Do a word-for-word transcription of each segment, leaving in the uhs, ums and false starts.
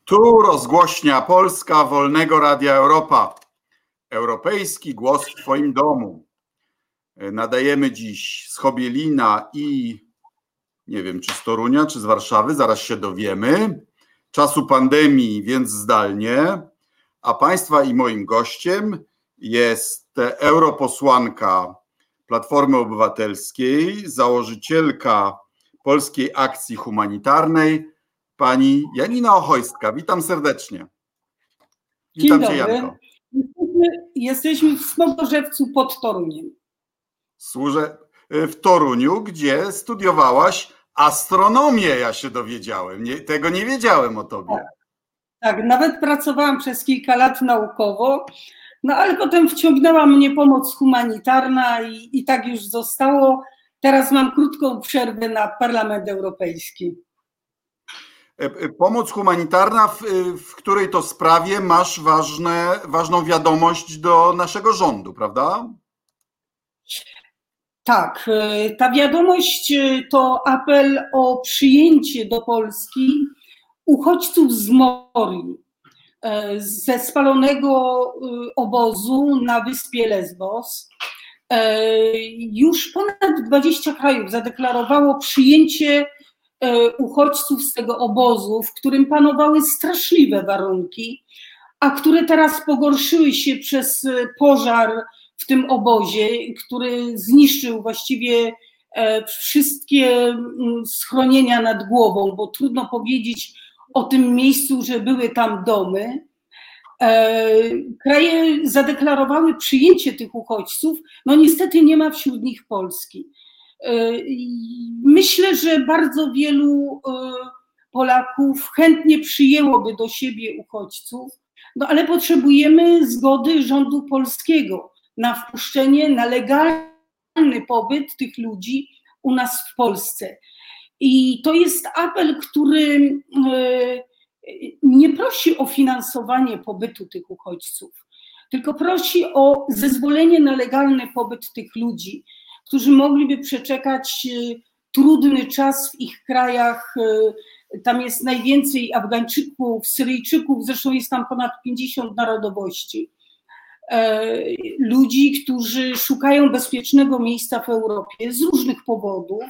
Tu rozgłośnia Polska Wolnego Radia Europa. Europejski głos w Twoim domu. Nadajemy dziś z Chobielina i nie wiem, czy z Torunia, czy z Warszawy, zaraz się dowiemy. Czasu pandemii, więc zdalnie. A Państwa i moim gościem jest europosłanka Platformy Obywatelskiej, założycielka Polskiej Akcji Humanitarnej, pani Janina Ochojska. Witam serdecznie. Witam Cię, Janko. Jesteśmy w Smogorzewcu pod Toruniem. Służę w Toruniu, gdzie studiowałaś astronomię, ja się dowiedziałem. Nie, tego nie wiedziałem o tobie. Tak, tak, nawet pracowałam przez kilka lat naukowo, no ale potem wciągnęła mnie pomoc humanitarna i, i tak już zostało. Teraz mam krótką przerwę na Parlament Europejski. Pomoc humanitarna, w, w której to sprawie masz ważne, ważną wiadomość do naszego rządu, prawda? Tak, ta wiadomość to apel o przyjęcie do Polski uchodźców z Morii, ze spalonego obozu na wyspie Lesbos. Już ponad dwadzieścia krajów zadeklarowało przyjęcie uchodźców z tego obozu, w którym panowały straszliwe warunki, a które teraz pogorszyły się przez pożar w tym obozie, który zniszczył właściwie wszystkie schronienia nad głową, bo trudno powiedzieć o tym miejscu, że były tam domy. Kraje zadeklarowały przyjęcie tych uchodźców, no niestety nie ma wśród nich Polski. Myślę, że bardzo wielu Polaków chętnie przyjęłoby do siebie uchodźców, no ale potrzebujemy zgody rządu polskiego na wpuszczenie, na legalny pobyt tych ludzi u nas w Polsce. I to jest apel, który nie prosi o finansowanie pobytu tych uchodźców, tylko prosi o zezwolenie na legalny pobyt tych ludzi, którzy mogliby przeczekać trudny czas w ich krajach. Tam jest najwięcej Afgańczyków, Syryjczyków, zresztą jest tam ponad pięćdziesiąt narodowości. Ludzi, którzy szukają bezpiecznego miejsca w Europie z różnych powodów.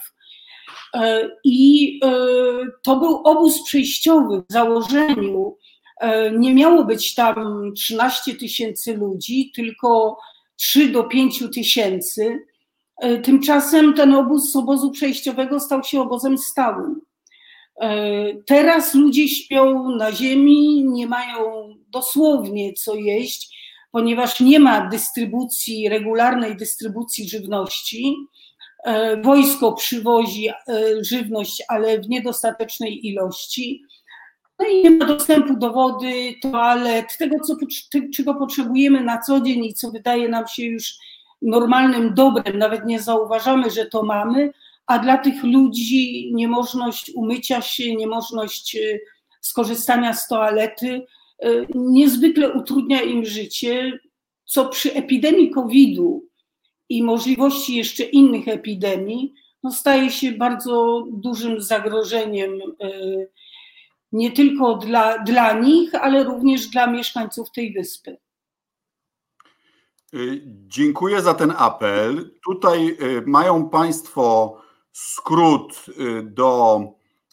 I to był obóz przejściowy w założeniu. Nie miało być tam trzynaście tysięcy ludzi, tylko trzy do pięciu tysięcy. Tymczasem ten obóz z obozu przejściowego stał się obozem stałym. Teraz ludzie śpią na ziemi, nie mają dosłownie co jeść, ponieważ nie ma dystrybucji, regularnej dystrybucji żywności. Wojsko przywozi żywność, ale w niedostatecznej ilości. No i nie ma dostępu do wody, toalet, tego, co, czego potrzebujemy na co dzień i co wydaje nam się już normalnym dobrem, nawet nie zauważamy, że to mamy, a dla tych ludzi niemożność umycia się, niemożność skorzystania z toalety niezwykle utrudnia im życie, co przy epidemii kowida i możliwości jeszcze innych epidemii no staje się bardzo dużym zagrożeniem nie tylko dla, dla nich, ale również dla mieszkańców tej wyspy. Dziękuję za ten apel. Tutaj mają Państwo skrót do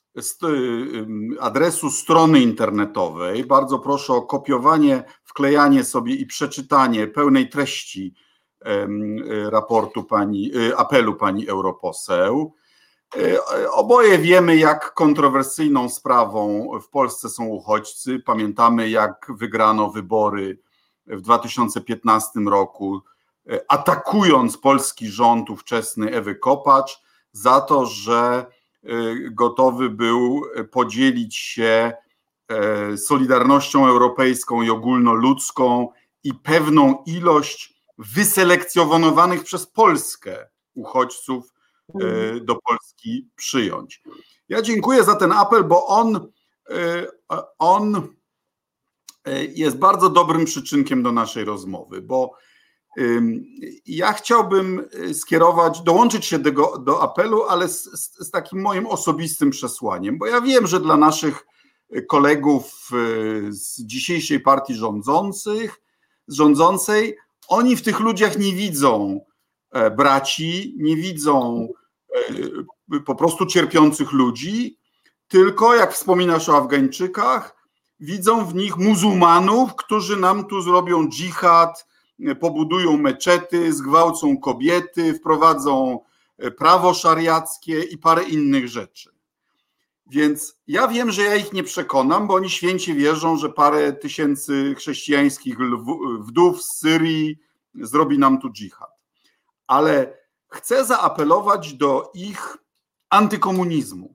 adresu strony internetowej. Bardzo proszę o kopiowanie, wklejanie sobie i przeczytanie pełnej treści raportu pani, apelu pani europoseł. Oboje wiemy, jak kontrowersyjną sprawą w Polsce są uchodźcy. Pamiętamy, jak wygrano wybory w dwa tysiące piętnastym roku, atakując polski rząd ówczesny Ewy Kopacz za to, że gotowy był podzielić się solidarnością europejską i ogólnoludzką i pewną ilość wyselekcjonowanych przez Polskę uchodźców do Polski przyjąć. Ja dziękuję za ten apel, bo on, on jest bardzo dobrym przyczynkiem do naszej rozmowy, bo ja chciałbym skierować, dołączyć się do, do apelu, ale z, z takim moim osobistym przesłaniem, bo ja wiem, że dla naszych kolegów z dzisiejszej partii rządzących, rządzącej, oni w tych ludziach nie widzą braci, nie widzą po prostu cierpiących ludzi, tylko jak wspominasz o Afgańczykach, widzą w nich muzułmanów, którzy nam tu zrobią dżihad, pobudują meczety, zgwałcą kobiety, wprowadzą prawo szariackie i parę innych rzeczy. Więc ja wiem, że ja ich nie przekonam, bo oni święcie wierzą, że parę tysięcy chrześcijańskich wdów z Syrii zrobi nam tu dżihad. Ale chcę zaapelować do ich antykomunizmu,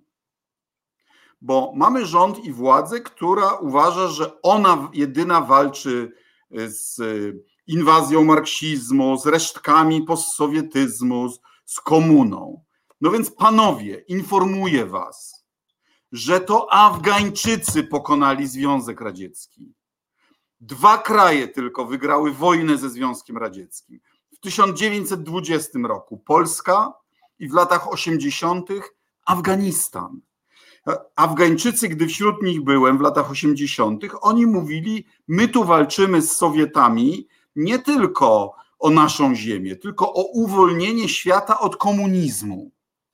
bo mamy rząd i władzę, która uważa, że ona jedyna walczy z inwazją marksizmu, z resztkami postsowietyzmu, z komuną. No więc panowie, informuję was, że to Afgańczycy pokonali Związek Radziecki. Dwa kraje tylko wygrały wojnę ze Związkiem Radzieckim. W tysiąc dziewięćset dwudziestym roku Polska i w latach osiemdziesiątych Afganistan. Afgańczycy, gdy wśród nich byłem w latach osiemdziesiątych, oni mówili, my tu walczymy z Sowietami nie tylko o naszą ziemię, tylko o uwolnienie świata od komunizmu.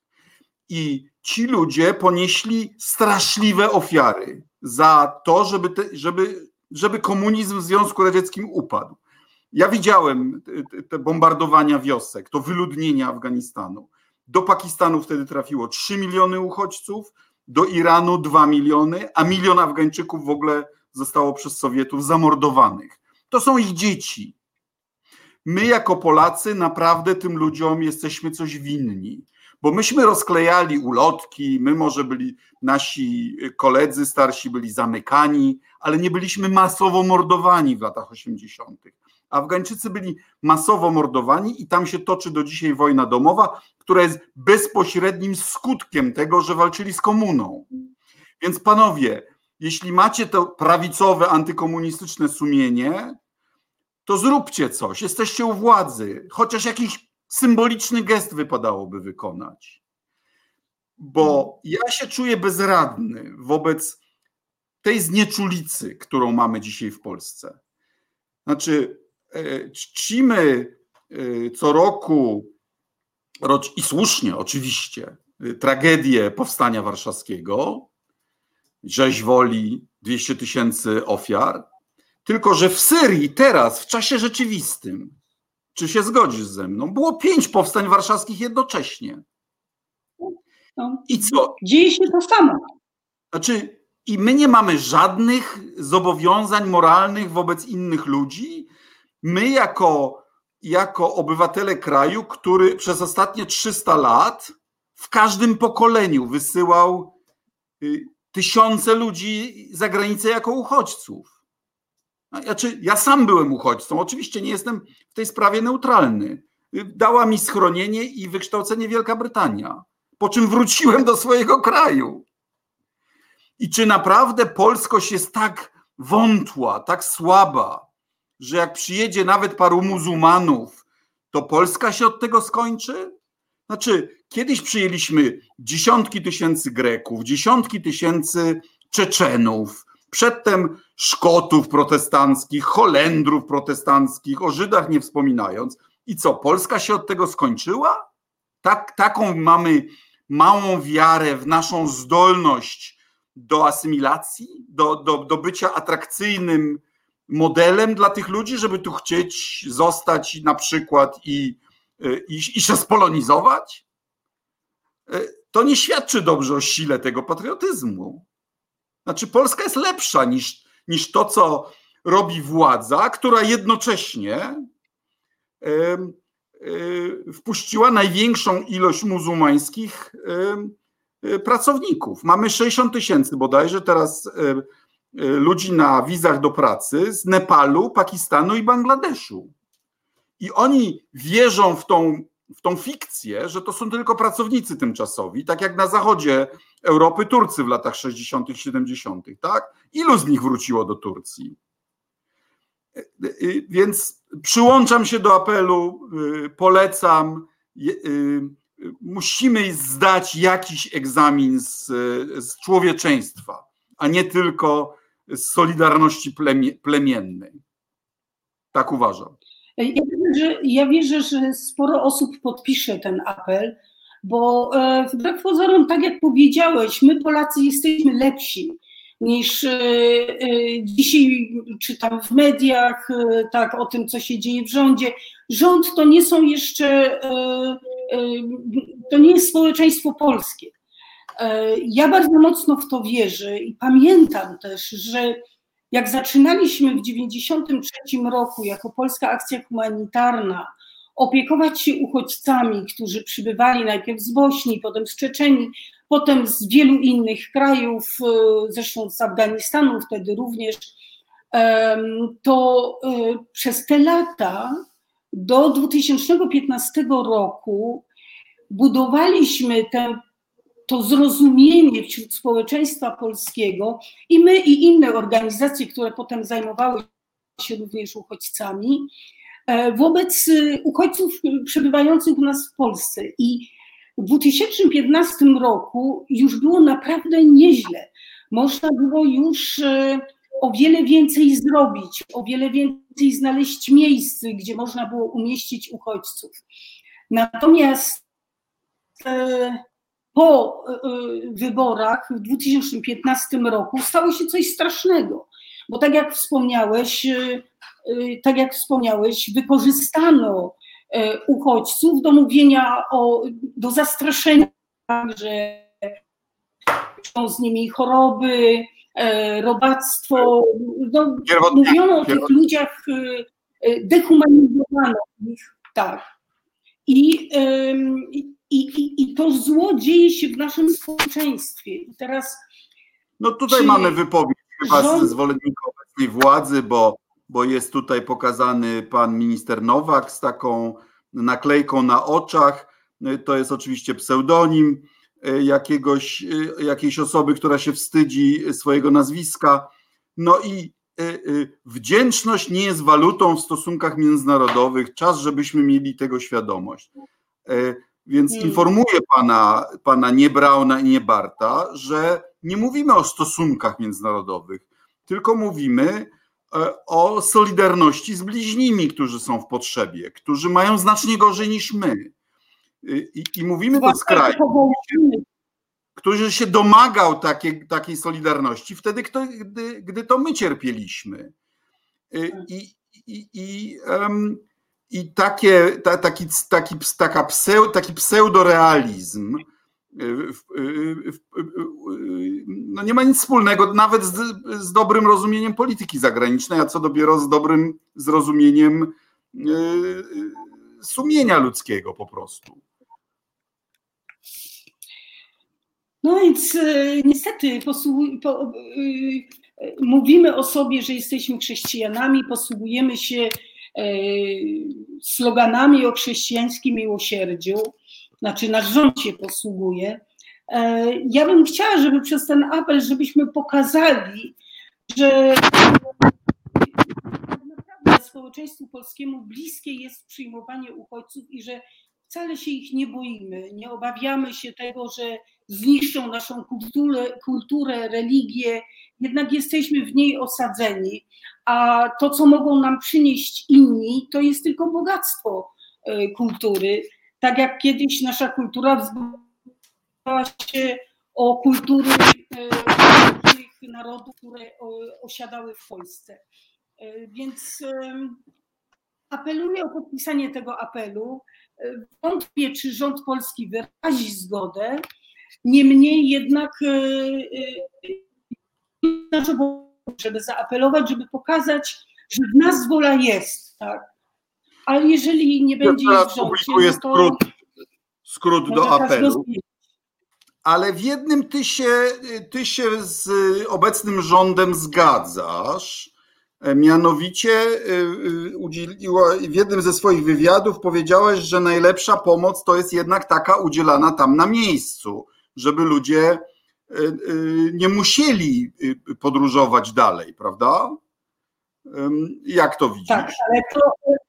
I ci ludzie ponieśli straszliwe ofiary za to, żeby, te, żeby, żeby komunizm w Związku Radzieckim upadł. Ja widziałem te, te bombardowania wiosek, to wyludnienie Afganistanu. Do Pakistanu wtedy trafiło trzy miliony uchodźców, do Iranu dwa miliony, a milion Afgańczyków w ogóle zostało przez Sowietów zamordowanych. To są ich dzieci. My jako Polacy naprawdę tym ludziom jesteśmy coś winni, bo myśmy rozklejali ulotki, my może byli, nasi koledzy starsi byli zamykani, ale nie byliśmy masowo mordowani w latach osiemdziesiątych. Afgańczycy byli masowo mordowani i tam się toczy do dzisiaj wojna domowa, która jest bezpośrednim skutkiem tego, że walczyli z komuną. Więc panowie, jeśli macie to prawicowe, antykomunistyczne sumienie, to zróbcie coś, jesteście u władzy, chociaż jakiś symboliczny gest wypadałoby wykonać. Bo ja się czuję bezradny wobec tej znieczulicy, którą mamy dzisiaj w Polsce. Znaczy, czcimy co roku, i słusznie oczywiście, tragedię Powstania Warszawskiego, rzeź woli, dwieście tysięcy ofiar, tylko że w Syrii teraz, w czasie rzeczywistym, czy się zgodzisz ze mną, było pięć powstań warszawskich jednocześnie. No, I co? dzieje się to samo. Znaczy, i my nie mamy żadnych zobowiązań moralnych wobec innych ludzi. My jako, jako obywatele kraju, który przez ostatnie trzysta lat w każdym pokoleniu wysyłał tysiące ludzi za granicę jako uchodźców. Znaczy, ja sam byłem uchodźcą, oczywiście nie jestem w tej sprawie neutralny. Dała mi schronienie i wykształcenie Wielka Brytania, po czym wróciłem do swojego kraju. I czy naprawdę polskość jest tak wątła, tak słaba, że jak przyjedzie nawet paru muzułmanów, to Polska się od tego skończy? Znaczy, kiedyś przyjęliśmy dziesiątki tysięcy Greków, dziesiątki tysięcy Czeczenów, przedtem Szkotów protestanckich, Holendrów protestanckich, o Żydach nie wspominając. I co, Polska się od tego skończyła? Tak, taką mamy małą wiarę w naszą zdolność do asymilacji, do, do, do bycia atrakcyjnym modelem dla tych ludzi, żeby tu chcieć zostać na przykład i, i, i się spolonizować? To nie świadczy dobrze o sile tego patriotyzmu. Znaczy, Polska jest lepsza niż, niż to, co robi władza, która jednocześnie y, y, wpuściła największą ilość muzułmańskich y, y, pracowników. Mamy sześćdziesiąt tysięcy bodajże teraz y, y, ludzi na wizach do pracy z Nepalu, Pakistanu i Bangladeszu. I oni wierzą w tą, w tą fikcję, że to są tylko pracownicy tymczasowi, tak jak na zachodzie Europy Turcy w latach sześćdziesiątych, siedemdziesiątych, tak? Ilu z nich wróciło do Turcji? Więc przyłączam się do apelu, polecam, musimy zdać jakiś egzamin z, z człowieczeństwa. a nie tylko z solidarności plemie, plemiennej. Tak uważam. Ja wierzę, ja wierzę, że sporo osób podpisze ten apel, bo wbrew pozorom, tak jak powiedziałeś, my Polacy jesteśmy lepsi niż dzisiaj czytam w mediach, tak, o tym, co się dzieje w rządzie. Rząd to nie są jeszcze, to nie jest społeczeństwo polskie. Ja bardzo mocno w to wierzę i pamiętam też, że jak zaczynaliśmy w dziewięćdziesiątym trzecim roku jako Polska Akcja Humanitarna opiekować się uchodźcami, którzy przybywali najpierw z Bośni, potem z Czeczenii, potem z wielu innych krajów, zresztą z Afganistanu wtedy również, to przez te lata do dwa tysiące piętnastego roku budowaliśmy tę to zrozumienie wśród społeczeństwa polskiego i my i inne organizacje, które potem zajmowały się również uchodźcami, wobec uchodźców przebywających u nas w Polsce. I w dwa tysiące piętnastym roku już było naprawdę nieźle. Można było już o wiele więcej zrobić, o wiele więcej znaleźć miejsc, gdzie można było umieścić uchodźców. Natomiast po wyborach w dwa tysiące piętnastym roku stało się coś strasznego, bo tak jak wspomniałeś, tak jak wspomniałeś, wykorzystano uchodźców do mówienia o, do zastraszenia, że są z nimi choroby, robactwo. No, mówiono o tych ludziach, dehumanizowano ich, tak. I, i, i, I to zło dzieje się w naszym społeczeństwie. I teraz. No tutaj mamy wypowiedź chyba rząd... ze zwolennika obecnej władzy, bo, bo jest tutaj pokazany pan minister Nowak z taką naklejką na oczach. To jest oczywiście pseudonim jakiegoś, jakiejś osoby, która się wstydzi swojego nazwiska. No i wdzięczność nie jest walutą w stosunkach międzynarodowych. Czas, żebyśmy mieli tego świadomość. Więc informuję pana, pana nie Brauna i nie Barta, że nie mówimy o stosunkach międzynarodowych, tylko mówimy o solidarności z bliźnimi, którzy są w potrzebie, którzy mają znacznie gorzej niż my. I, i mówimy to z kraju, który się domagał takiej, takiej solidarności wtedy, gdy, gdy to my cierpieliśmy. I, i, i, um, i takie, ta, taki, taki, taka pseu, taki pseudorealizm no nie ma nic wspólnego nawet z, z dobrym rozumieniem polityki zagranicznej, a co dopiero z dobrym zrozumieniem sumienia ludzkiego po prostu. No więc niestety posługuj, po, mówimy o sobie, że jesteśmy chrześcijanami, posługujemy się sloganami o chrześcijańskim miłosierdziu, znaczy nasz rząd się posługuje. Ja bym chciała, żeby przez ten apel, żebyśmy pokazali, że tak naprawdę społeczeństwu polskiemu bliskie jest przyjmowanie uchodźców i że wcale się ich nie boimy, nie obawiamy się tego, że zniszczą naszą kulturę, kulturę, religię, jednak jesteśmy w niej osadzeni, a to, co mogą nam przynieść inni, to jest tylko bogactwo kultury. Tak jak kiedyś nasza kultura wzbogacała się o kultury tych narodów, które osiadały w Polsce. Więc apeluję o podpisanie tego apelu. Wątpię, czy rząd polski wyrazi zgodę, niemniej jednak żeby zaapelować, żeby pokazać, że w nas wola jest, tak? Ale jeżeli nie będzie ja ich w rządzie, no to... skrót, skrót do apelu. Ale w jednym ty się, ty się z obecnym rządem zgadzasz, mianowicie udzieliła, w jednym ze swoich wywiadów powiedziałeś, że najlepsza pomoc to jest jednak taka udzielana tam na miejscu, żeby ludzie nie musieli podróżować dalej, prawda? Jak to widzisz? Tak, ale to,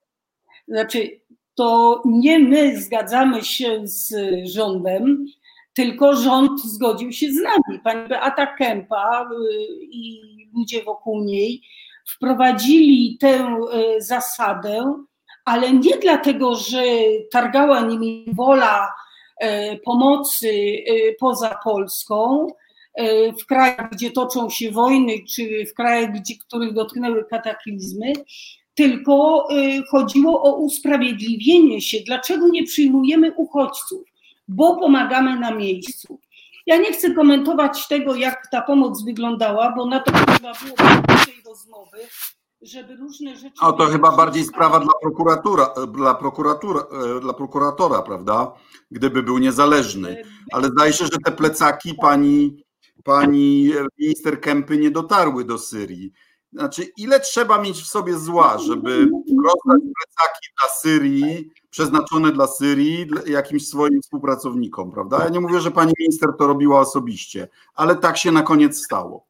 znaczy, to nie my zgadzamy się z rządem, tylko rząd zgodził się z nami. Pani Beata Kempa i ludzie wokół niej wprowadzili tę zasadę, ale nie dlatego, że targała nimi wola pomocy poza Polską, w krajach, gdzie toczą się wojny, czy w krajach, gdzie, których dotknęły kataklizmy, tylko chodziło o usprawiedliwienie się, dlaczego nie przyjmujemy uchodźców, bo pomagamy na miejscu. Ja nie chcę komentować tego, jak ta pomoc wyglądała, bo na to trzeba było więcej rozmowy, żeby różne rzeczy... O, to chyba bardziej sprawa dla prokuratura, dla prokuratura, dla prokuratora, prawda? Gdyby był niezależny. Ale zdaje się, że te plecaki pani, pani minister Kempy nie dotarły do Syrii. Znaczy, ile trzeba mieć w sobie zła, żeby rozdać plecaki dla Syrii, przeznaczone dla Syrii, jakimś swoim współpracownikom, prawda? Ja nie mówię, że pani minister to robiła osobiście, ale tak się na koniec stało.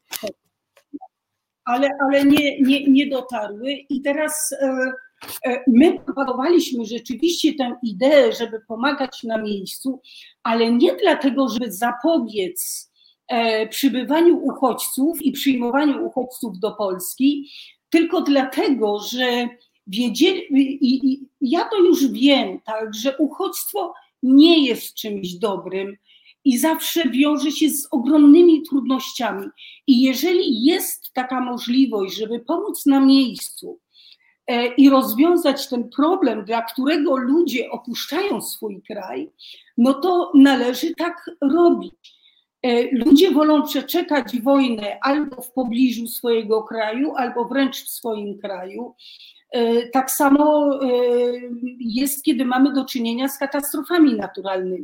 Ale, ale nie, nie, nie dotarły i teraz e, e, my propagowaliśmy rzeczywiście tę ideę, żeby pomagać na miejscu, ale nie dlatego, żeby zapobiec e, przybywaniu uchodźców i przyjmowaniu uchodźców do Polski, tylko dlatego, że wiedzieli, i, i ja to już wiem, tak, że uchodźstwo nie jest czymś dobrym i zawsze wiąże się z ogromnymi trudnościami. I jeżeli jest taka możliwość, żeby pomóc na miejscu e, i rozwiązać ten problem, dla którego ludzie opuszczają swój kraj, no to należy tak robić. E, ludzie wolą przeczekać wojnę albo w pobliżu swojego kraju, albo wręcz w swoim kraju. E, tak samo e, jest, kiedy mamy do czynienia z katastrofami naturalnymi.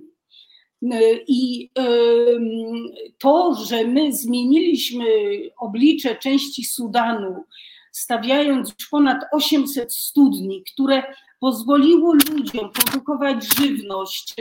I to, że my zmieniliśmy oblicze części Sudanu, stawiając już ponad osiemset studni, które pozwoliło ludziom produkować żywność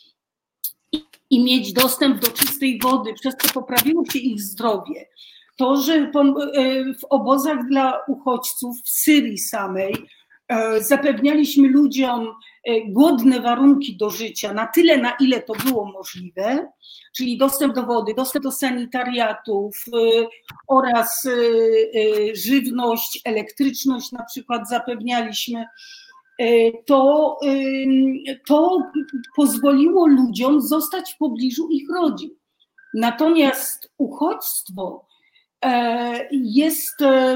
i mieć dostęp do czystej wody, przez co poprawiło się ich zdrowie, to, że w obozach dla uchodźców w Syrii samej zapewnialiśmy ludziom godne warunki do życia, na tyle, na ile to było możliwe, czyli dostęp do wody, dostęp do sanitariatów oraz żywność, elektryczność na przykład zapewnialiśmy, to, to pozwoliło ludziom zostać w pobliżu ich rodzin. Natomiast uchodźstwo jest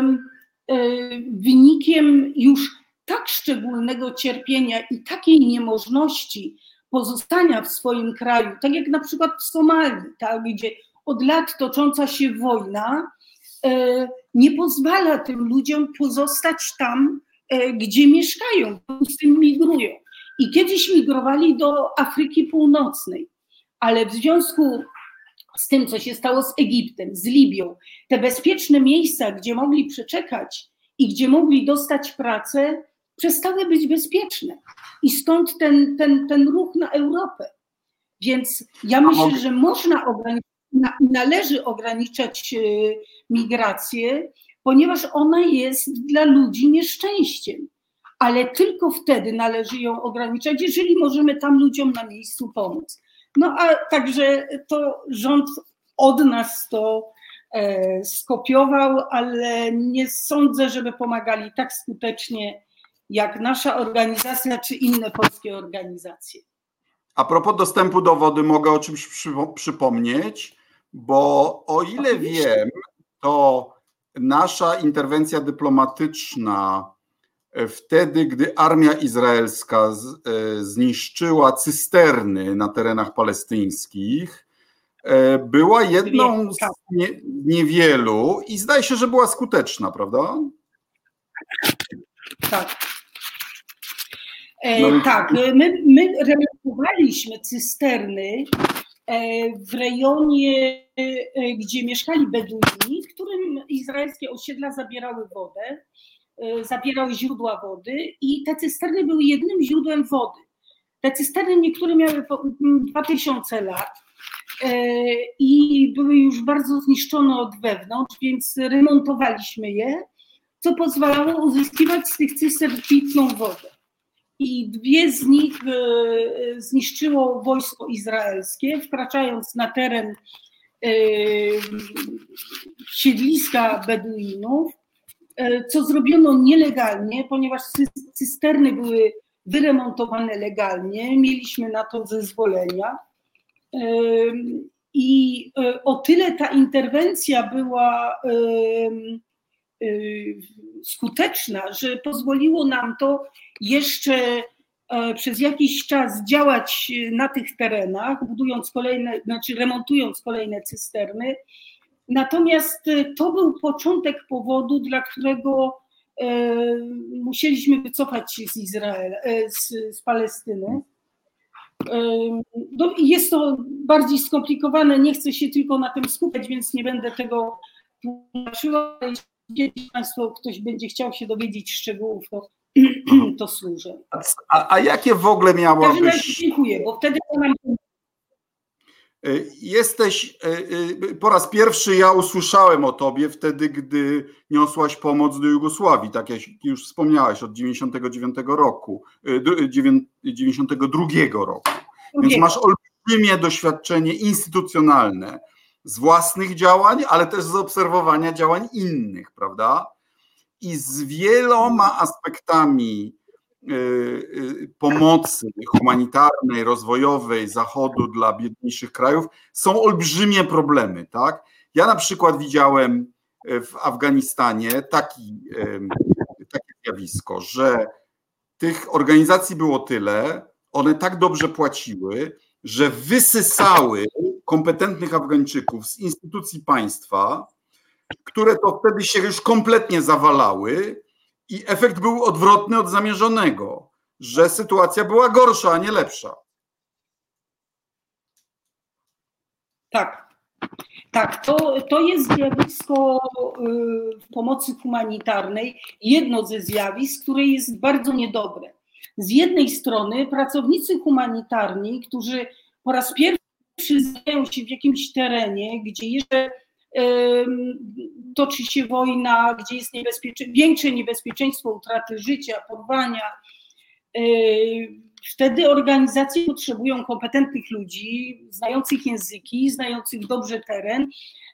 wynikiem już tak szczególnego cierpienia i takiej niemożności pozostania w swoim kraju, tak jak na przykład w Somalii, tak, gdzie od lat tocząca się wojna e, nie pozwala tym ludziom pozostać tam, e, gdzie mieszkają, po prostu migrują. I kiedyś migrowali do Afryki Północnej, ale w związku z tym, co się stało z Egiptem, z Libią, te bezpieczne miejsca, gdzie mogli przeczekać i gdzie mogli dostać pracę, przestały być bezpieczne. I stąd ten, ten, ten ruch na Europę. Więc ja myślę, że można ograniczyć, należy ograniczać migrację, ponieważ ona jest dla ludzi nieszczęściem. Ale tylko wtedy należy ją ograniczać, jeżeli możemy tam ludziom na miejscu pomóc. No a także to rząd od nas to e, skopiował, ale nie sądzę, żeby pomagali tak skutecznie jak nasza organizacja czy inne polskie organizacje. A propos dostępu do wody mogę o czymś przypomnieć, bo o ile wiem, to nasza interwencja dyplomatyczna wtedy, gdy armia izraelska zniszczyła cysterny na terenach palestyńskich, była jedną z nie, niewielu i zdaje się, że była skuteczna, prawda? Tak. E, no. Tak, my, my remontowaliśmy cysterny w rejonie, gdzie mieszkali Beduini, którym izraelskie osiedla zabierały wodę, zabierały źródła wody i te cysterny były jedynym źródłem wody. Te cysterny niektóre miały dwa tysiące lat i były już bardzo zniszczone od wewnątrz, więc remontowaliśmy je, co pozwalało uzyskiwać z tych cystern pitną wodę. i dwie z nich zniszczyło wojsko izraelskie, wkraczając na teren siedliska Beduinów, co zrobiono nielegalnie, ponieważ cysterny były wyremontowane legalnie, mieliśmy na to zezwolenia. I o tyle ta interwencja była skuteczna, że pozwoliło nam to jeszcze przez jakiś czas działać na tych terenach, budując kolejne, znaczy remontując kolejne cysterny. Natomiast to był początek powodu, dla którego musieliśmy wycofać się z Izraela, z, z Palestyny. No, jest to bardziej skomplikowane, nie chcę się tylko na tym skupiać, więc nie będę tego tłumaczyła. Jeśli Państwo, ktoś będzie chciał się dowiedzieć szczegółów, to, to służę. A, a jakie w ogóle miałabyś... Dziękuję, bo wtedy nam... Jesteś, po raz pierwszy ja usłyszałem o tobie wtedy, gdy niosłaś pomoc do Jugosławii, tak jak już wspomniałaś, od dziewięćdziesiątego dziewiątego roku, dziewięćdziesiątego drugiego roku. Więc masz olbrzymie doświadczenie instytucjonalne z własnych działań, ale też z obserwowania działań innych, prawda? I z wieloma aspektami pomocy humanitarnej, rozwojowej Zachodu dla biedniejszych krajów są olbrzymie problemy, tak? Ja na przykład widziałem w Afganistanie taki, takie zjawisko, że tych organizacji było tyle, one tak dobrze płaciły, że wysysały kompetentnych Afgańczyków z instytucji państwa, które to wtedy się już kompletnie zawalały. I efekt był odwrotny od zamierzonego, że sytuacja była gorsza, a nie lepsza. Tak, tak, to, to jest zjawisko w pomocy humanitarnej, jedno ze zjawisk, które jest bardzo niedobre. Z jednej strony pracownicy humanitarni, którzy po raz pierwszy znajdują się w jakimś terenie, gdzie jeszcze toczy się wojna, gdzie jest niebezpiecze, większe niebezpieczeństwo utraty życia, porwania. Wtedy organizacje potrzebują kompetentnych ludzi, znających języki, znających dobrze teren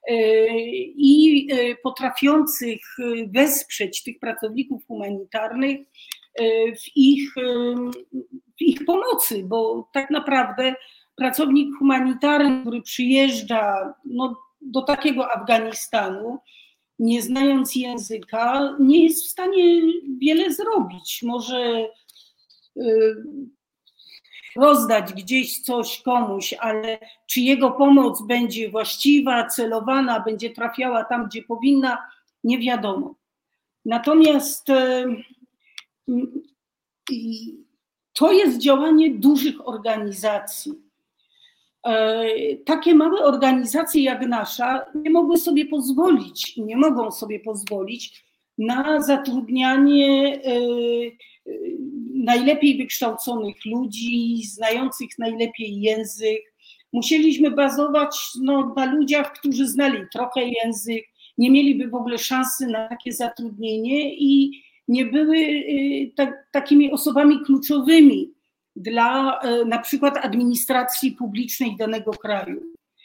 i potrafiących wesprzeć tych pracowników humanitarnych w ich, w ich pomocy, bo tak naprawdę pracownik humanitarny, który przyjeżdża no, do takiego Afganistanu, nie znając języka, nie jest w stanie wiele zrobić. Może rozdać gdzieś coś komuś, ale czy jego pomoc będzie właściwa, celowana, będzie trafiała tam, gdzie powinna, nie wiadomo. Natomiast to jest działanie dużych organizacji. Takie małe organizacje jak nasza nie mogły sobie pozwolić, nie mogą sobie pozwolić na zatrudnianie najlepiej wykształconych ludzi, znających najlepiej język. Musieliśmy bazować no, na ludziach, którzy znali trochę język, nie mieliby w ogóle szansy na takie zatrudnienie i nie były tak, takimi osobami kluczowymi dla na przykład administracji publicznej danego kraju.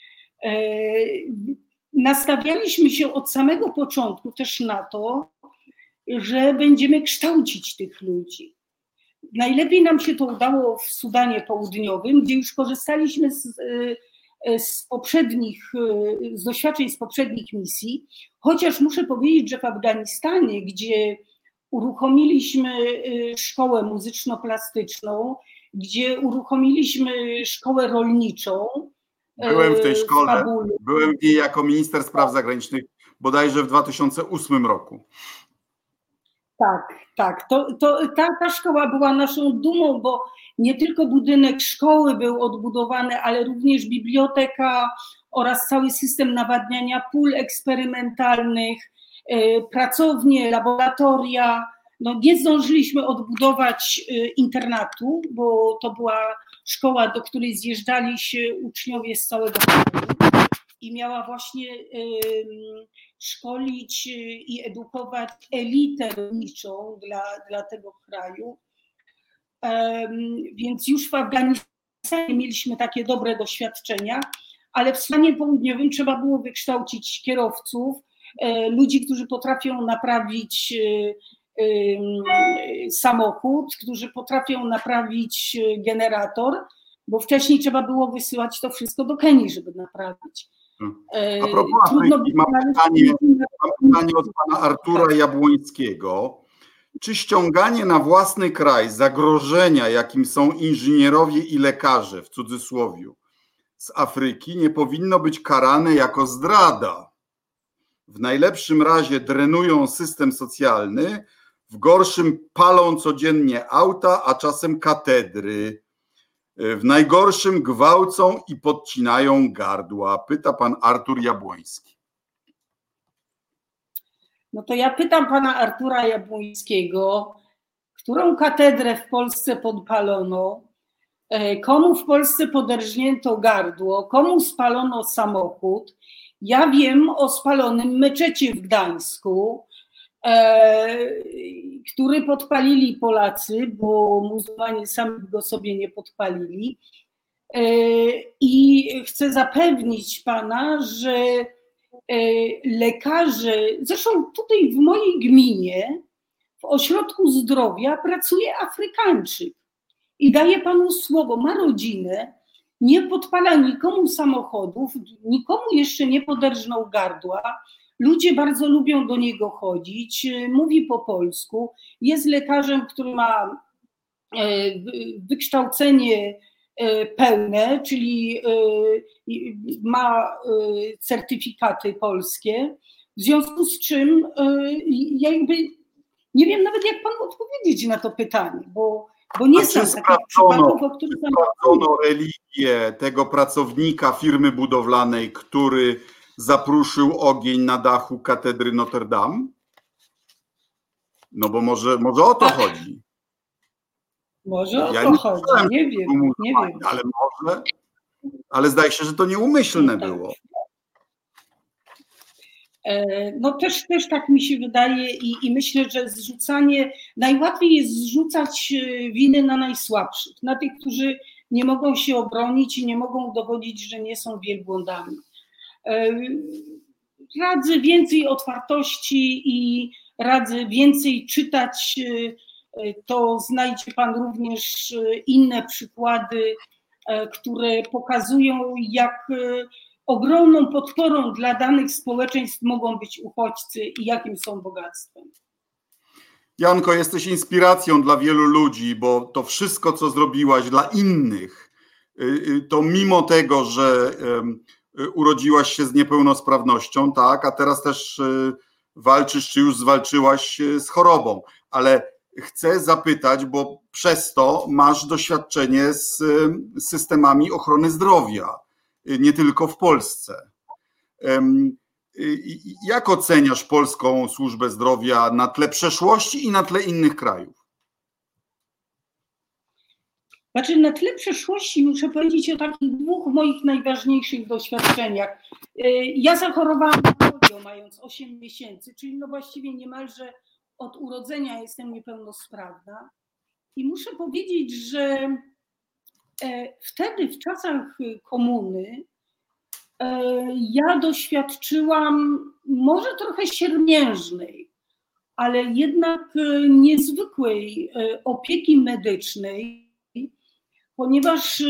Nastawialiśmy się od samego początku też na to, że będziemy kształcić tych ludzi. Najlepiej nam się to udało w Sudanie Południowym, gdzie już korzystaliśmy z, z poprzednich, z doświadczeń z poprzednich misji, chociaż muszę powiedzieć, że w Afganistanie, gdzie uruchomiliśmy szkołę muzyczno-plastyczną, gdzie uruchomiliśmy szkołę rolniczą. Byłem w tej szkole, w byłem w niej jako minister spraw zagranicznych bodajże w dwa tysiące ósmym roku. Tak, tak. To, to, ta, ta szkoła była naszą dumą, bo nie tylko budynek szkoły był odbudowany, ale również biblioteka oraz cały system nawadniania pól eksperymentalnych, pracownie, laboratoria. No, nie zdążyliśmy odbudować internatu, bo to była szkoła, do której zjeżdżali się uczniowie z całego kraju i miała właśnie szkolić i edukować elitę rolniczą dla, dla tego kraju. więc już w Afganistanie mieliśmy takie dobre doświadczenia, ale w Sudanie Południowym trzeba było wykształcić kierowców, ludzi, którzy potrafią naprawić samochód, którzy potrafią naprawić generator, bo wcześniej trzeba było wysyłać to wszystko do Kenii, żeby naprawić. A propos Trudno Afryki, mam pytanie, mam pytanie od pana Artura Jabłońskiego. Czy ściąganie na własny kraj zagrożenia, jakim są inżynierowie i lekarze, w cudzysłowiu, z Afryki, nie powinno być karane jako zdrada? W najlepszym razie drenują system socjalny, w gorszym palą codziennie auta, a czasem katedry. W najgorszym gwałcą i podcinają gardła. Pyta pan Artur Jabłoński. No to ja pytam pana Artura Jabłońskiego, którą katedrę w Polsce podpalono, komu w Polsce poderżnięto gardło, komu spalono samochód. Ja wiem o spalonym meczecie w Gdańsku, który podpalili Polacy, bo muzułmanie sami go sobie nie podpalili. I chcę zapewnić pana, że lekarze, zresztą tutaj w mojej gminie, w ośrodku zdrowia pracuje Afrykańczyk i daję panu słowo, ma rodzinę, nie podpala nikomu samochodów, nikomu jeszcze nie poderżnął gardła. Ludzie bardzo lubią do niego chodzić, mówi po polsku, jest lekarzem, który ma wykształcenie pełne, czyli ma certyfikaty polskie, w związku z czym ja jakby nie wiem nawet, jak panu odpowiedzieć na to pytanie, bo, bo nie znam takich przypadków, o których pan sprawdzono religię tego pracownika firmy budowlanej, który zapruszył ogień na dachu katedry Notre Dame? No bo może, może o to tak. chodzi. Może o ja to nie chodzi, wiem, nie wiem, nie wiem. Ale może, ale zdaje się, że to nieumyślne no tak. było. No też, też tak mi się wydaje i, i myślę, że zrzucanie, najłatwiej jest zrzucać winy na najsłabszych, na tych, którzy nie mogą się obronić i nie mogą udowodzić, że nie są wielbłądami. Radzę więcej otwartości i radzę więcej czytać, to znajdzie pan również inne przykłady, które pokazują, jak ogromną podporą dla danych społeczeństw mogą być uchodźcy i jakim są bogactwem. Janko, jesteś inspiracją dla wielu ludzi, bo to wszystko, co zrobiłaś dla innych, to mimo tego, że urodziłaś się z niepełnosprawnością, tak, a teraz też walczysz, czy już zwalczyłaś z chorobą, ale chcę zapytać, bo przez to masz doświadczenie z systemami ochrony zdrowia, nie tylko w Polsce. Jak oceniasz polską służbę zdrowia na tle przeszłości i na tle innych krajów? Znaczy, na tle przeszłości muszę powiedzieć o takich dwóch moich najważniejszych doświadczeniach. Ja zachorowałam na polio mając osiem miesięcy, czyli no właściwie niemalże od urodzenia jestem niepełnosprawna. I muszę powiedzieć, że wtedy w czasach komuny ja doświadczyłam może trochę siermiężnej, ale jednak niezwykłej opieki medycznej, ponieważ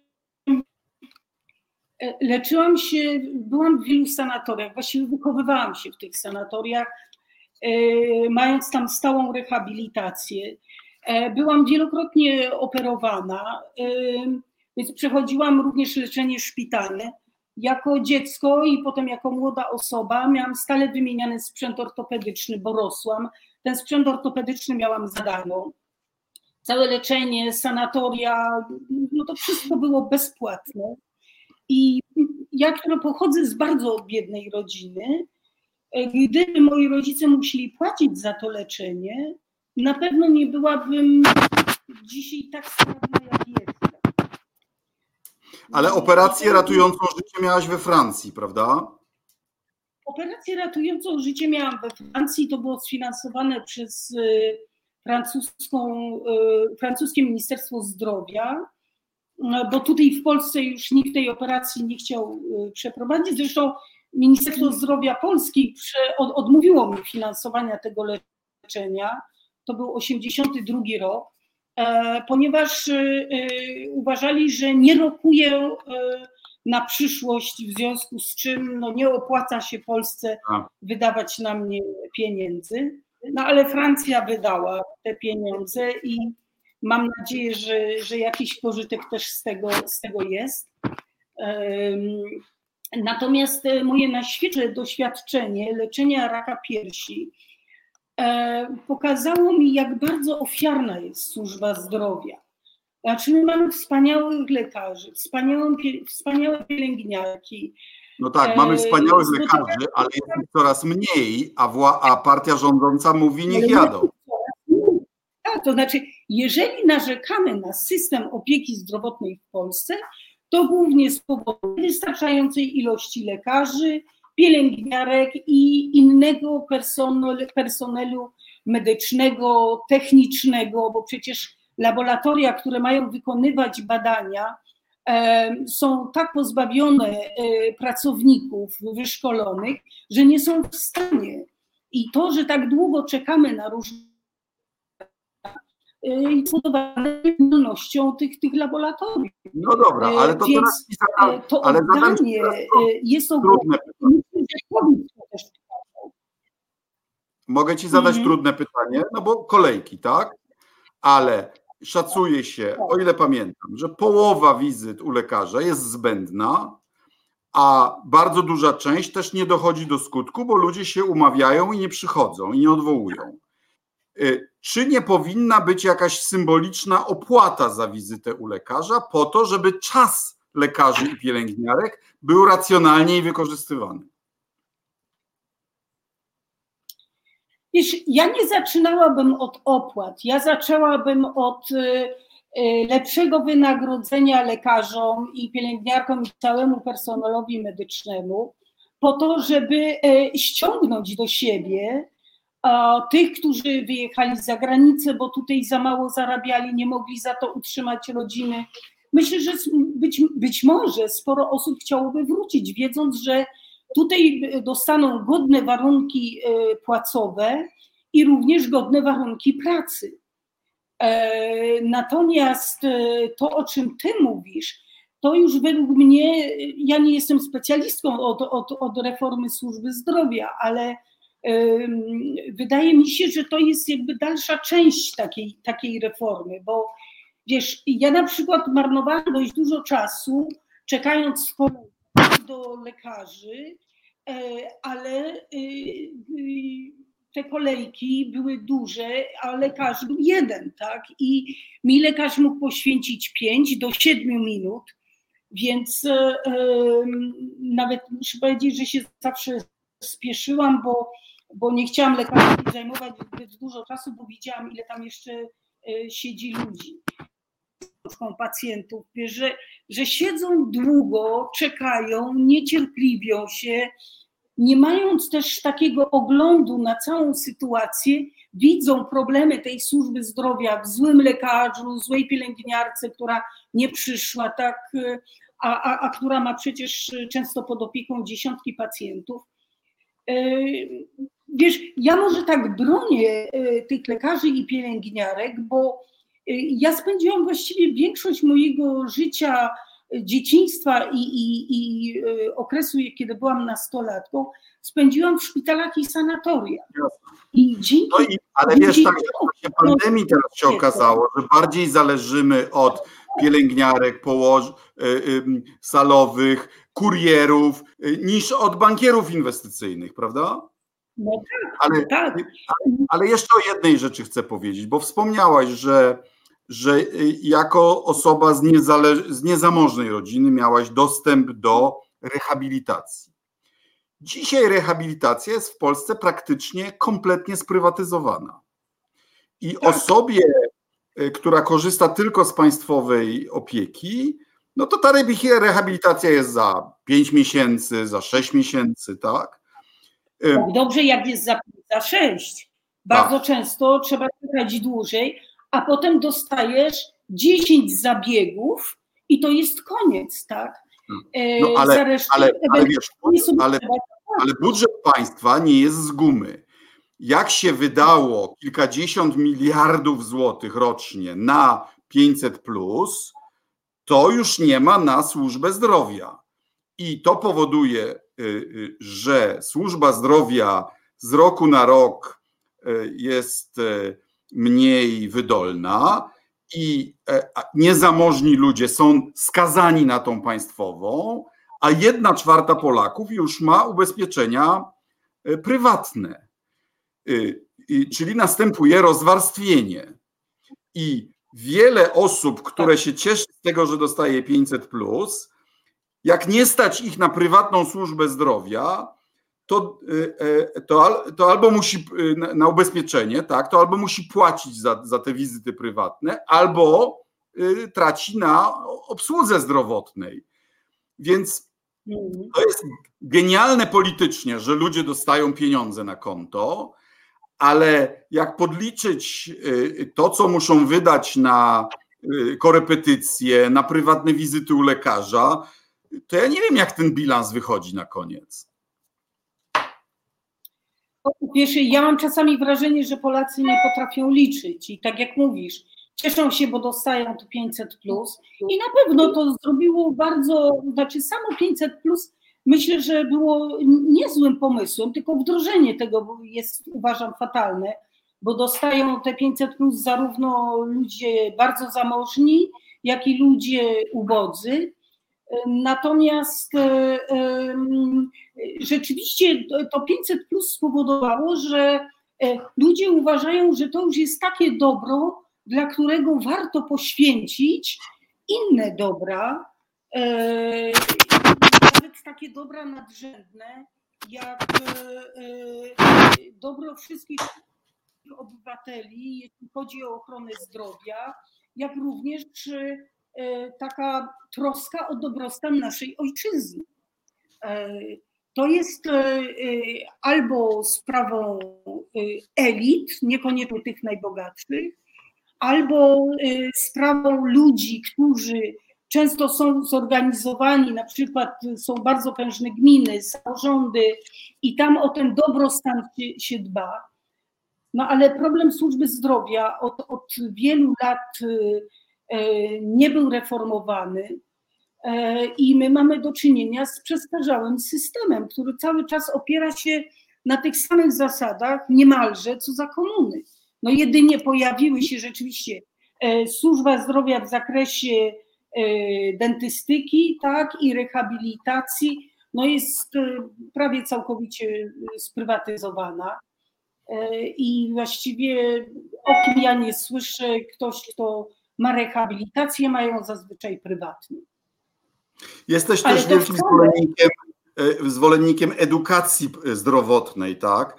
leczyłam się, byłam w wielu sanatoriach, właściwie wychowywałam się w tych sanatoriach, mając tam stałą rehabilitację. Byłam wielokrotnie operowana, więc przechodziłam również leczenie szpitalne. Jako dziecko i potem jako młoda osoba miałam stale wymieniany sprzęt ortopedyczny, bo rosłam. Ten sprzęt ortopedyczny miałam za darmo. Całe leczenie, sanatoria, no to wszystko było bezpłatne. I ja, która pochodzę z bardzo biednej rodziny, gdyby moi rodzice musieli płacić za to leczenie, na pewno nie byłabym dzisiaj tak sprawna, jak jestem. Ale operację ratującą życie miałaś we Francji, prawda? Operację ratującą życie miałam we Francji, to było sfinansowane przez francuską, francuskie Ministerstwo Zdrowia, bo tutaj w Polsce już nikt tej operacji nie chciał przeprowadzić. Zresztą Ministerstwo Zdrowia Polski od, odmówiło mi finansowania tego leczenia. To był osiemdziesiąty drugi rok, ponieważ uważali, że nie rokuje na przyszłość, w związku z czym no, nie opłaca się Polsce wydawać na mnie pieniędzy. No ale Francja wydała te pieniądze i mam nadzieję, że, że jakiś pożytek też z tego, z tego jest. Natomiast moje najświeższe doświadczenie leczenia raka piersi pokazało mi, jak bardzo ofiarna jest służba zdrowia. Znaczy my mamy wspaniałych lekarzy, wspaniałe, wspaniałe pielęgniarki. No tak, mamy wspaniałych lekarzy, ale jest ich coraz mniej, a, wła- a partia rządząca mówi niech jadą. Tak, to znaczy, jeżeli narzekamy na system opieki zdrowotnej w Polsce, to głównie z powodu wystarczającej ilości lekarzy, pielęgniarek i innego personelu, personelu medycznego, technicznego, bo przecież laboratoria, które mają wykonywać badania, są tak pozbawione pracowników wyszkolonych, że nie są w stanie. I to, że tak długo czekamy na różne i spowodowane wolnością tych, tych laboratoriów. No dobra, ale to Więc teraz zadam, to ale oddanie jest trudne pytanie. Też Mogę ci zadać Mhm. trudne pytanie, no bo kolejki, tak? Ale szacuje się, o ile pamiętam, że połowa wizyt u lekarza jest zbędna, a bardzo duża część też nie dochodzi do skutku, bo ludzie się umawiają i nie przychodzą i nie odwołują. Czy nie powinna być jakaś symboliczna opłata za wizytę u lekarza po to, żeby czas lekarzy i pielęgniarek był racjonalniej wykorzystywany? Wiesz, ja nie zaczynałabym od opłat, ja zaczęłabym od lepszego wynagrodzenia lekarzom i pielęgniarkom i całemu personelowi medycznemu po to, żeby ściągnąć do siebie tych, którzy wyjechali za granicę, bo tutaj za mało zarabiali, nie mogli za to utrzymać rodziny. Myślę, że być, być może sporo osób chciałoby wrócić, wiedząc, że tutaj dostaną godne warunki płacowe i również godne warunki pracy. Natomiast to, o czym ty mówisz, to już według mnie, ja nie jestem specjalistką od, od, od reformy służby zdrowia, ale wydaje mi się, że to jest jakby dalsza część takiej, takiej reformy, bo wiesz, ja na przykład marnowałam dość dużo czasu czekając w kolejce do lekarzy, ale te kolejki były duże, a lekarz był jeden, tak? I mi lekarz mógł poświęcić pięć do siedmiu minut, więc nawet muszę powiedzieć, że się zawsze spieszyłam, bo bo nie chciałam lekarzom zajmować zbyt dużo czasu, bo widziałam, ile tam jeszcze siedzi ludzi, pacjentów, że, że siedzą długo, czekają, niecierpliwią się, nie mając też takiego oglądu na całą sytuację, widzą problemy tej służby zdrowia w złym lekarzu, złej pielęgniarce, która nie przyszła, tak, a, a, a która ma przecież często pod opieką dziesiątki pacjentów. Wiesz, ja może tak bronię tych lekarzy i pielęgniarek, bo ja spędziłam właściwie większość mojego życia, dzieciństwa i, i, i okresu, kiedy byłam nastolatką, spędziłam w szpitalach i sanatoriach. I dzięki, no i, ale dzięki wiesz, tak jak w czasie pandemii teraz się okazało, że bardziej zależymy od pielęgniarek, położ, salowych, kurierów, niż od bankierów inwestycyjnych, prawda? No tak, ale, tak. Ale, ale jeszcze o jednej rzeczy chcę powiedzieć, bo wspomniałaś, że, że jako osoba z, niezale- z niezamożnej rodziny miałaś dostęp do rehabilitacji. Dzisiaj rehabilitacja jest w Polsce praktycznie kompletnie sprywatyzowana. I tak. Osobie, która korzysta tylko z państwowej opieki, no to ta rehabilitacja jest za pięć miesięcy, za sześć miesięcy, tak? Tak dobrze, jak jest za, za sześć. Bardzo tak. często trzeba czekać dłużej, a potem dostajesz dziesięć zabiegów i to jest koniec, tak? No ale, ale, ale, wiesz, ale, ale budżet państwa nie jest z gumy. Jak się wydało kilkadziesiąt miliardów złotych rocznie na pięćset plus, to już nie ma na służbę zdrowia. I to powoduje, że służba zdrowia z roku na rok jest mniej wydolna i niezamożni ludzie są skazani na tą państwową, a jedna czwarta Polaków już ma ubezpieczenia prywatne. Czyli następuje rozwarstwienie. I wiele osób, które się cieszy z tego, że dostaje pięćset plus, jak nie stać ich na prywatną służbę zdrowia, to, to, to albo musi na ubezpieczenie, tak, to albo musi płacić za, za te wizyty prywatne, albo traci na obsłudze zdrowotnej. Więc to jest genialne politycznie, że ludzie dostają pieniądze na konto, ale jak podliczyć to, co muszą wydać na korepetycje, na prywatne wizyty u lekarza, to ja nie wiem, jak ten bilans wychodzi na koniec. Wiesz, ja mam czasami wrażenie, że Polacy nie potrafią liczyć i tak jak mówisz, cieszą się, bo dostają to pięćset plus i na pewno to zrobiło bardzo, znaczy samo pięćset plus myślę, że było niezłym pomysłem, tylko wdrożenie tego jest, uważam, fatalne, bo dostają te pięćset plus zarówno ludzie bardzo zamożni, jak i ludzie ubodzy. Natomiast rzeczywiście to pięćset plus spowodowało, że ludzie uważają, że to już jest takie dobro, dla którego warto poświęcić inne dobra, nawet takie dobra nadrzędne, jak dobro wszystkich obywateli, jeśli chodzi o ochronę zdrowia, jak również taka troska o dobrostan naszej ojczyzny. To jest albo sprawą elit, niekoniecznie tych najbogatszych, albo sprawą ludzi, którzy często są zorganizowani, na przykład są bardzo prężne gminy, samorządy i tam o ten dobrostan się, się dba. No ale problem służby zdrowia od, od wielu lat nie był reformowany i my mamy do czynienia z przestarzałym systemem, który cały czas opiera się na tych samych zasadach niemalże co za komuny. No jedynie pojawiły się rzeczywiście służba zdrowia w zakresie dentystyki, tak, i rehabilitacji, no jest prawie całkowicie sprywatyzowana i właściwie o kim ja nie słyszę, ktoś, kto ma rehabilitację, mają zazwyczaj prywatnie. Jesteś też wielkim zwolennikiem, zwolennikiem edukacji zdrowotnej, tak?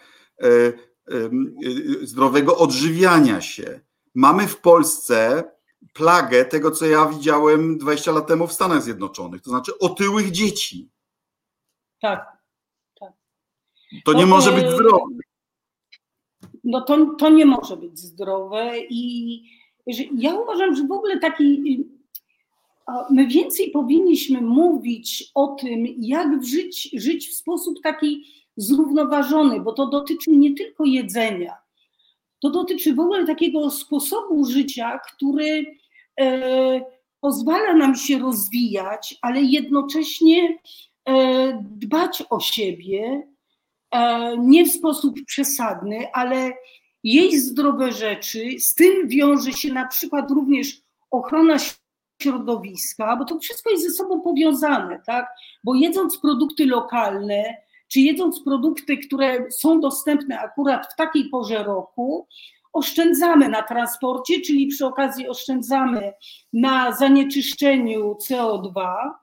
Zdrowego odżywiania się. Mamy w Polsce plagę tego, co ja widziałem dwadzieścia lat temu w Stanach Zjednoczonych, to znaczy otyłych dzieci. Tak, tak. To nie no, może być zdrowe. No to, to nie może być zdrowe i ja uważam, że w ogóle taki, my więcej powinniśmy mówić o tym, jak żyć, żyć w sposób taki zrównoważony, bo to dotyczy nie tylko jedzenia, to dotyczy w ogóle takiego sposobu życia, który e, pozwala nam się rozwijać, ale jednocześnie e, dbać o siebie, e, nie w sposób przesadny, ale jeść zdrowe rzeczy, z tym wiąże się na przykład również ochrona środowiska, bo to wszystko jest ze sobą powiązane, tak? Bo jedząc produkty lokalne, czy jedząc produkty, które są dostępne akurat w takiej porze roku, oszczędzamy na transporcie, czyli przy okazji oszczędzamy na zanieczyszczeniu C O dwa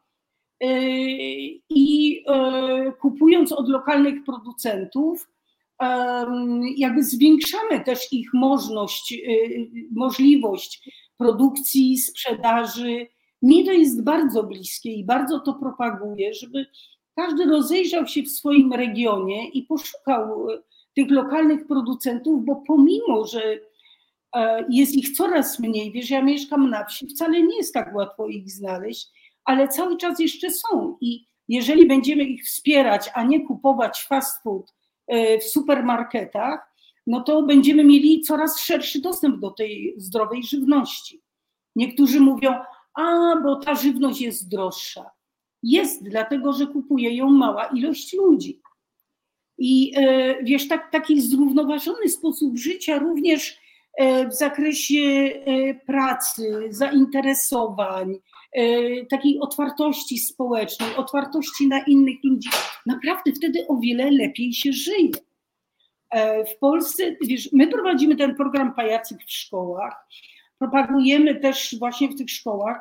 i kupując od lokalnych producentów, jakby zwiększamy też ich możliwość, możliwość produkcji, sprzedaży. Mnie to jest bardzo bliskie i bardzo to propaguję, żeby każdy rozejrzał się w swoim regionie i poszukał tych lokalnych producentów, bo pomimo, że jest ich coraz mniej, wiesz, ja mieszkam na wsi, wcale nie jest tak łatwo ich znaleźć, ale cały czas jeszcze są i jeżeli będziemy ich wspierać, a nie kupować fast food w supermarketach, no to będziemy mieli coraz szerszy dostęp do tej zdrowej żywności. Niektórzy mówią, a bo ta żywność jest droższa. Jest, dlatego że kupuje ją mała ilość ludzi. I wiesz, tak, taki zrównoważony sposób życia również w zakresie pracy, zainteresowań, takiej otwartości społecznej, otwartości na innych ludzi, naprawdę wtedy o wiele lepiej się żyje. W Polsce, wiesz, my prowadzimy ten program Pajacyk w szkołach, propagujemy też właśnie w tych szkołach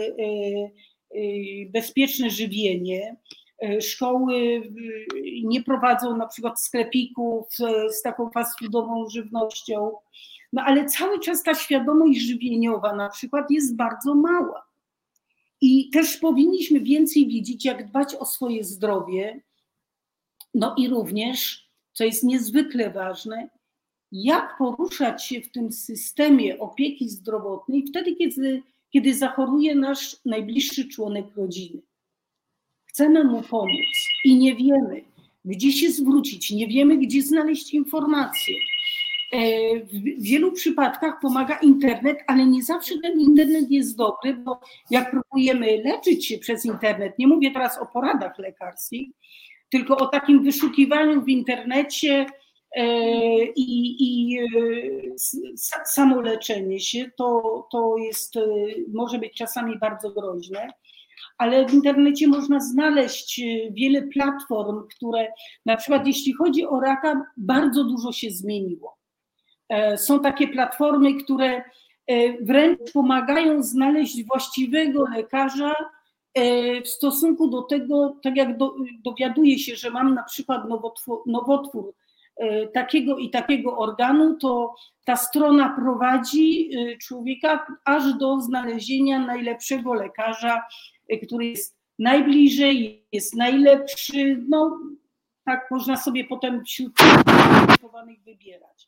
bezpieczne żywienie. Szkoły nie prowadzą na przykład sklepików z taką fast foodową żywnością, no ale cały czas ta świadomość żywieniowa na przykład jest bardzo mała. I też powinniśmy więcej wiedzieć, jak dbać o swoje zdrowie, no i również, co jest niezwykle ważne, jak poruszać się w tym systemie opieki zdrowotnej wtedy, kiedy, kiedy zachoruje nasz najbliższy członek rodziny. Chcemy mu pomóc i nie wiemy, gdzie się zwrócić, nie wiemy, gdzie znaleźć informacje. W wielu przypadkach pomaga internet, ale nie zawsze ten internet jest dobry, bo jak próbujemy leczyć się przez internet, nie mówię teraz o poradach lekarskich, tylko o takim wyszukiwaniu w internecie i, i samoleczenie się, to, to jest, może być czasami bardzo groźne. Ale w internecie można znaleźć wiele platform, które na przykład jeśli chodzi o raka, bardzo dużo się zmieniło. Są takie platformy, które wręcz pomagają znaleźć właściwego lekarza w stosunku do tego, tak jak do, dowiaduję się, że mam na przykład nowotwór, nowotwór takiego i takiego organu, to ta strona prowadzi człowieka aż do znalezienia najlepszego lekarza, który jest najbliżej, jest najlepszy, no tak można sobie potem wśród tych wybierać.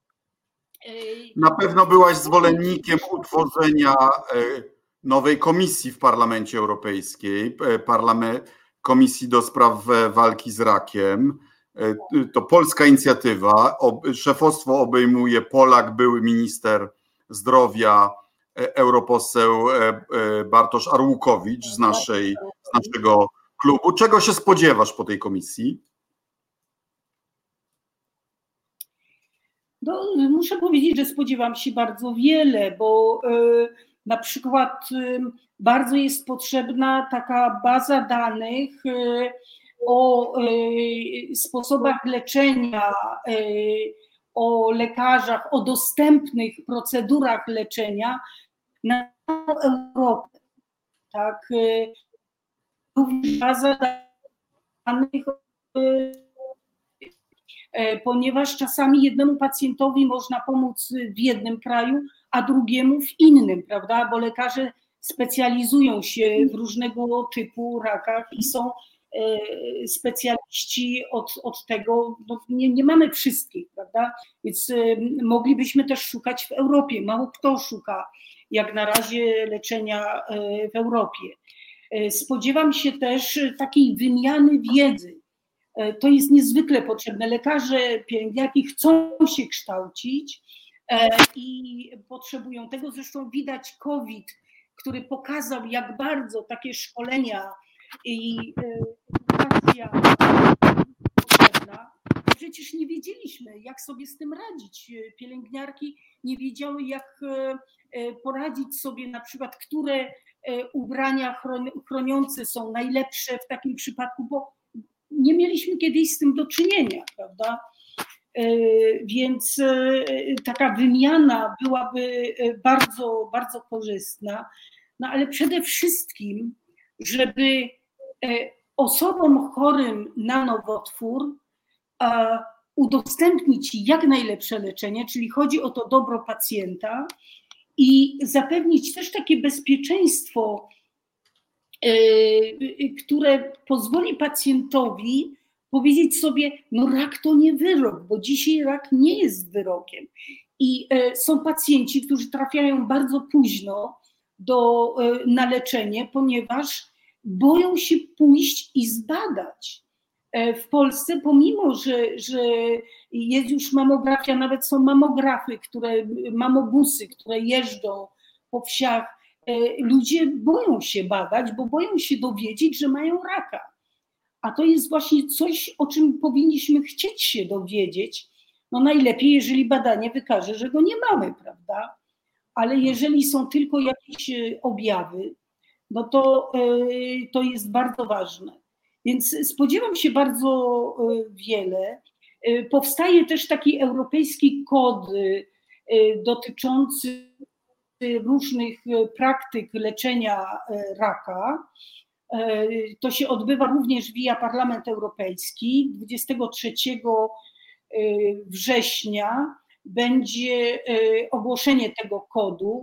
Na pewno byłaś zwolennikiem utworzenia nowej komisji w Parlamencie Europejskiej, parlament, Komisji do Spraw Walki z Rakiem. To polska inicjatywa, szefostwo obejmuje Polak, były minister zdrowia, europoseł Bartosz Arłukowicz z, naszej, z naszego klubu. Czego się spodziewasz po tej komisji? No, muszę powiedzieć, że spodziewam się bardzo wiele, bo y, na przykład y, bardzo jest potrzebna taka baza danych y, o y, sposobach leczenia, y, o lekarzach, o dostępnych procedurach leczenia na całą Europę. Tak, y, baza danych y, ponieważ czasami jednemu pacjentowi można pomóc w jednym kraju, a drugiemu w innym, prawda? Bo lekarze specjalizują się w różnego typu rakach i są specjaliści od, od tego, no nie, nie mamy wszystkich, prawda? Więc moglibyśmy też szukać w Europie. Mało kto szuka jak na razie leczenia w Europie. Spodziewam się też takiej wymiany wiedzy. To jest niezwykle potrzebne. Lekarze, pielęgniarki chcą się kształcić i potrzebują tego. Zresztą widać COVID, który pokazał, jak bardzo takie szkolenia i edukacja potrzebna. Przecież nie wiedzieliśmy, jak sobie z tym radzić. Pielęgniarki nie wiedziały, jak poradzić sobie, na przykład, które ubrania chroniące są najlepsze w takim przypadku, bo nie mieliśmy kiedyś z tym do czynienia, prawda? Więc taka wymiana byłaby bardzo, bardzo korzystna, no ale przede wszystkim, żeby osobom chorym na nowotwór udostępnić jak najlepsze leczenie, czyli chodzi o to dobro pacjenta i zapewnić też takie bezpieczeństwo, które pozwoli pacjentowi powiedzieć sobie, no rak to nie wyrok, bo dzisiaj rak nie jest wyrokiem. I są pacjenci, którzy trafiają bardzo późno do, na leczenie, ponieważ boją się pójść i zbadać. W Polsce, pomimo że, że jest już mamografia, nawet są mamografy, które, mamobusy, które jeżdżą po wsiach, ludzie boją się badać, bo boją się dowiedzieć, że mają raka. A to jest właśnie coś, o czym powinniśmy chcieć się dowiedzieć. No najlepiej, jeżeli badanie wykaże, że go nie mamy, prawda? Ale jeżeli są tylko jakieś objawy, no to, to jest bardzo ważne. Więc spodziewam się bardzo wiele. Powstaje też taki europejski kod dotyczący różnych praktyk leczenia raka. To się odbywa również via Parlament Europejski. dwudziestego trzeciego września będzie ogłoszenie tego kodu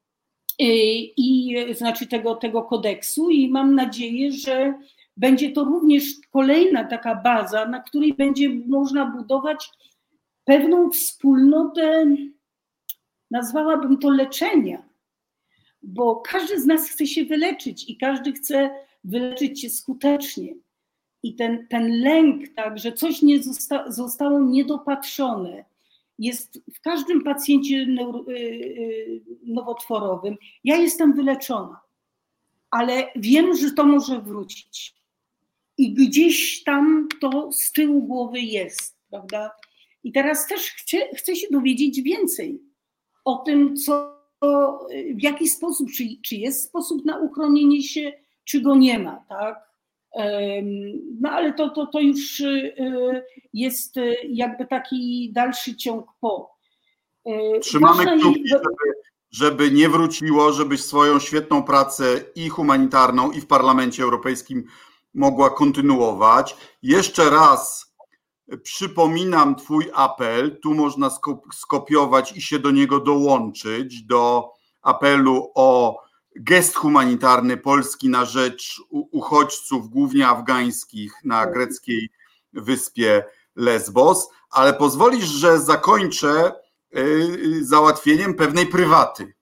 i znaczy tego, tego kodeksu i mam nadzieję, że będzie to również kolejna taka baza, na której będzie można budować pewną wspólnotę, nazwałabym to leczenia, bo każdy z nas chce się wyleczyć i każdy chce wyleczyć się skutecznie. I ten, ten lęk, tak, że coś nie zosta, zostało niedopatrzone, jest w każdym pacjencie nowotworowym. Ja jestem wyleczona, ale wiem, że to może wrócić. I gdzieś tam to z tyłu głowy jest, prawda? I teraz też chcę, chcę się dowiedzieć więcej o tym, co, w jaki sposób, czy, czy jest sposób na uchronienie się, czy go nie ma, tak? No ale to, to, to już jest jakby taki dalszy ciąg po. Trzymamy kciuki, żeby, żeby nie wróciło, żebyś swoją świetną pracę i humanitarną, i w Parlamencie Europejskim mogła kontynuować. Jeszcze raz przypominam twój apel, tu można skopiować i się do niego dołączyć, do apelu o gest humanitarny Polski na rzecz uchodźców, głównie afgańskich, na greckiej wyspie Lesbos, ale pozwolisz, że zakończę załatwieniem pewnej prywaty,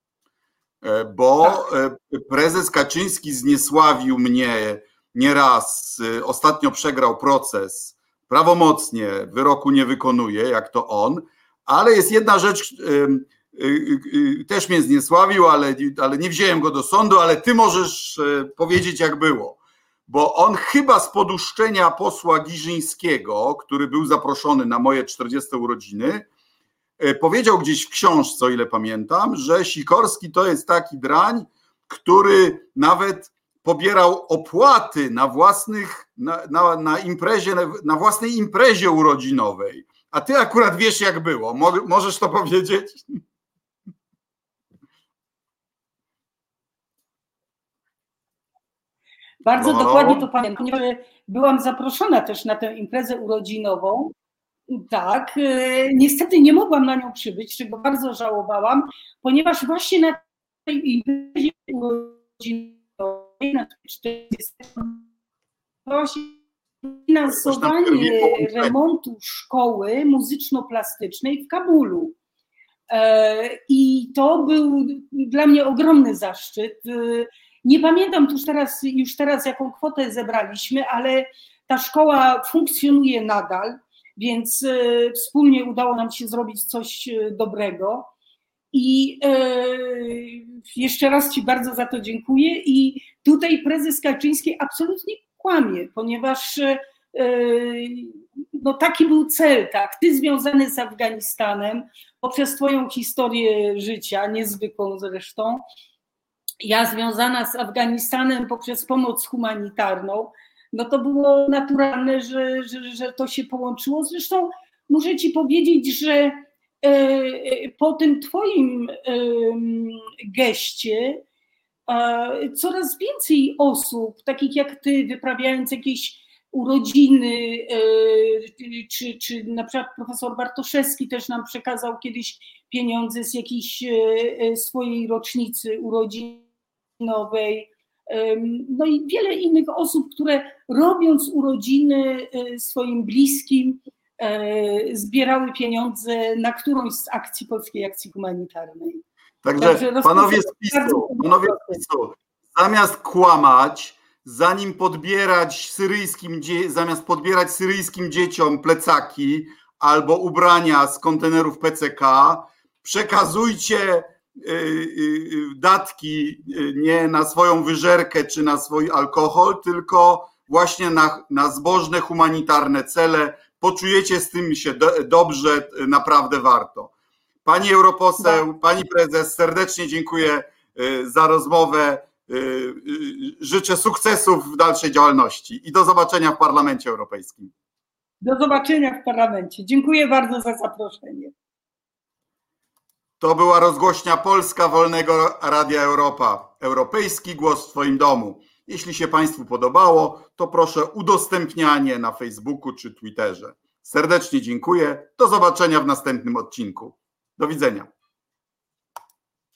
bo prezes Kaczyński zniesławił mnie nieraz, ostatnio przegrał proces, prawomocnie wyroku nie wykonuje, jak to on, ale jest jedna rzecz, też mnie zniesławił, ale, ale nie wziąłem go do sądu, ale ty możesz powiedzieć, jak było. Bo on chyba z poduszczenia posła Giżyńskiego, który był zaproszony na moje czterdzieste urodziny, powiedział gdzieś w książce, o ile pamiętam, że Sikorski to jest taki drań, który nawet pobierał opłaty na własnych, na, na, na imprezie, na własnej imprezie urodzinowej. A ty akurat wiesz, jak było. Możesz to powiedzieć? Bardzo no. dokładnie to pamiętam, ponieważ byłam zaproszona też na tę imprezę urodzinową. Tak, niestety nie mogłam na nią przybyć, czego bardzo żałowałam, ponieważ właśnie na tej imprezie urodzinowej, na czterdziestym finansowanie remontu szkoły muzyczno-plastycznej w Kabulu. I to był dla mnie ogromny zaszczyt. Nie pamiętam już teraz, już teraz jaką kwotę zebraliśmy, ale ta szkoła funkcjonuje nadal, więc wspólnie udało nam się zrobić coś dobrego. I jeszcze raz ci bardzo za to dziękuję. I tutaj prezes Kaczyński absolutnie kłamie, ponieważ no taki był cel, tak, ty związany z Afganistanem poprzez twoją historię życia, niezwykłą zresztą, ja związana z Afganistanem poprzez pomoc humanitarną, no to było naturalne, że, że, że to się połączyło. Zresztą muszę ci powiedzieć, że po tym twoim geście coraz więcej osób, takich jak ty, wyprawiając jakieś urodziny, czy, czy na przykład profesor Bartoszewski też nam przekazał kiedyś pieniądze z jakiejś swojej rocznicy urodzinowej, no i wiele innych osób, które robiąc urodziny swoim bliskim, zbierały pieniądze na którąś z akcji Polskiej Akcji Humanitarnej. Także, Także panowie z PiS-u, panowie z PiS-u, zamiast kłamać, zanim podbierać syryjskim, zamiast podbierać syryjskim dzieciom plecaki albo ubrania z kontenerów P C K, przekazujcie datki nie na swoją wyżerkę czy na swój alkohol, tylko właśnie na, na zbożne, humanitarne cele. Poczujecie z tym się do, dobrze, naprawdę warto. Pani europoseł, pani prezes, serdecznie dziękuję za rozmowę. Życzę sukcesów w dalszej działalności i do zobaczenia w Parlamencie Europejskim. Do zobaczenia w Parlamencie. Dziękuję bardzo za zaproszenie. To była rozgłośnia Polska Wolnego Radia Europa. Europejski głos w Twoim domu. Jeśli się Państwu podobało, to proszę udostępnianie na Facebooku czy Twitterze. Serdecznie dziękuję. Do zobaczenia w następnym odcinku. Do widzenia.